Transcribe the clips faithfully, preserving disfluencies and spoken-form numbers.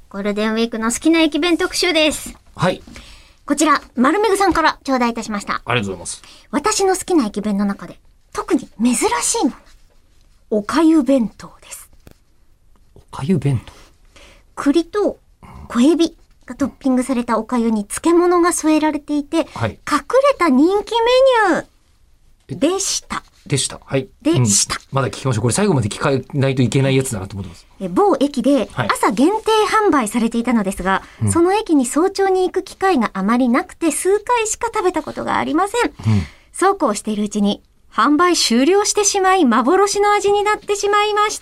ゴールデンウィークの好きな駅弁特集です。 はい。 こちら、丸めぐさんから頂戴いたしました。 ありがとうございます。 私の好きな駅弁の中で、特に珍しいもの。おかゆ弁当です。 おかゆ弁当？ 栗と小エビがトッピングされたおかゆに漬物が添えられていて、はい、隠れた人気メニューでした。 でした。はい。 でした、 うん。まだ聞きましょう。これ最後まで聞かないといけないやつだなと思ってます。 え某駅で朝限定販売されていたのですが、はい、その駅に早朝に行く機会があまりなくて数回しか食べたことがありません。うん、そうこうしているうちに販売終了してしまい幻の味になってしまいました。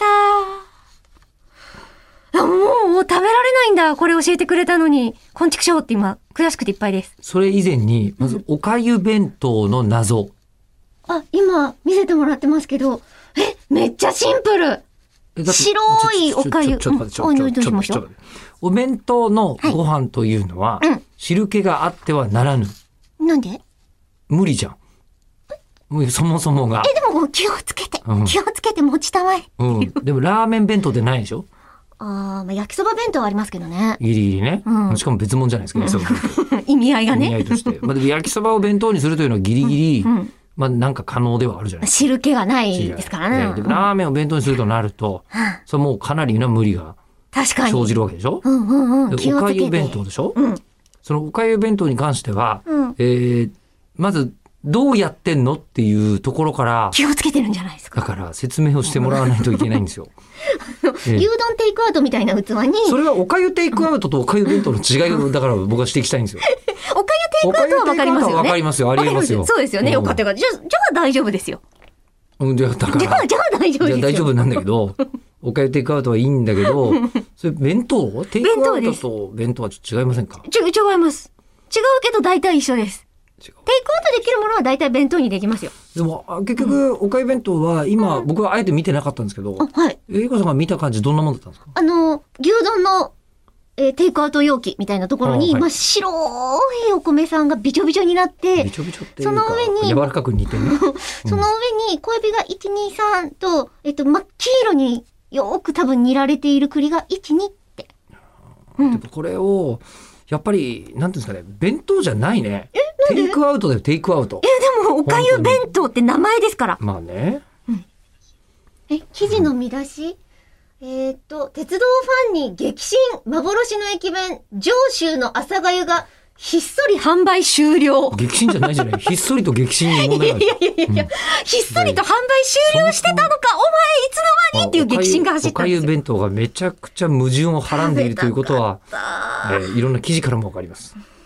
あ、もう食べられないんだ。これ教えてくれたのに。こんちくしょうって今悔しくていっぱいです。 それ以前にまずおかゆ弁当の謎。うんあ、今見せてもらってますけど、え、めっちゃシンプル。白いおかゆ。 ちょっと待って、ちょっと待って、ちょっと待って。お弁当のご飯というのは、はいうん、汁気があってはならぬ。 なんで？ 無理じゃん。もうそもそもが。 え、でも気をつけて、うん、気をつけて持ちたまえ。 うん。でもラーメン弁当ってないでしょ？ あ、まあ、焼きそば弁当はありますけどね。 ギリギリね。うん、しかも別物じゃないですか、ね、 うん、意味合いがね。 意味合いとして。まあ、でも焼きそばを弁当にするというのはギリギリ、うんうんまあなんか可能ではあるじゃないですか。 汁気がないですからね。 でもラーメンを弁当にするとなると、うん、それもうかなりな無理が生じるわけでしょ。 うんうんうん、 おかゆ弁当でしょ、うん、そのおかゆ弁当に関しては、うんえー、まずどうやってんのっていうところから気をつけてるんじゃないですか。 だから説明をしてもらわないといけないんですよ。 牛丼テイクアウトみたいな器にそれはおかゆテイクアウトとおかゆ弁当の違いをだから僕は指摘したいんですよ。 おかゆテイクアウトは分かりますよね。 分かりますよ。ありえますよ。 そうですよね。よかったよかった。じゃあ、じゃあ大丈夫ですよ。 うん、じゃあだから。 じゃあ、じゃあ大丈夫ですよ。 じゃあ大丈夫なんだけど、おかゆテイクアウトはいいんだけど、それ弁当テイクアウトと弁当はちょっと違いませんか？ ち違います。違うけど大体一緒です。テイクアウトできるものは大体弁当にできますよ。 でも結局おかゆ弁当は今、うん、僕はあえて見てなかったんですけど、 はい。 えいこさんが見た感じどんなものだったんですか？ あの牛丼の、えー、テイクアウト容器みたいなところに、はい、真っ白いお米さんがびちょびちょになってびちょびちょっていうかその上に柔らかく煮てねその上に小エビがいちにさんと、えっと、真っ黄色によく多分煮られている栗がいちにって、 うん、でもこれをやっぱりなんていうんですかね弁当じゃないね。テイクアウトだよテイクアウト。 えでもおかゆ弁当って名前ですから。 まあね、 うん、え記事の見出し、うん、えー、っと鉄道ファンに激震幻の駅弁上州の朝がゆがひっそり販売終了。 激震じゃないじゃない。ひっそりと激震に問題がある。 いやいやいやいや、うん、ひっそりと販売終了してたのかお前いつの間にっていう激震が走ったんですよ。 おかゆ弁当がめちゃくちゃ矛盾をはらんでいるということは、えー、いろんな記事からもわかります。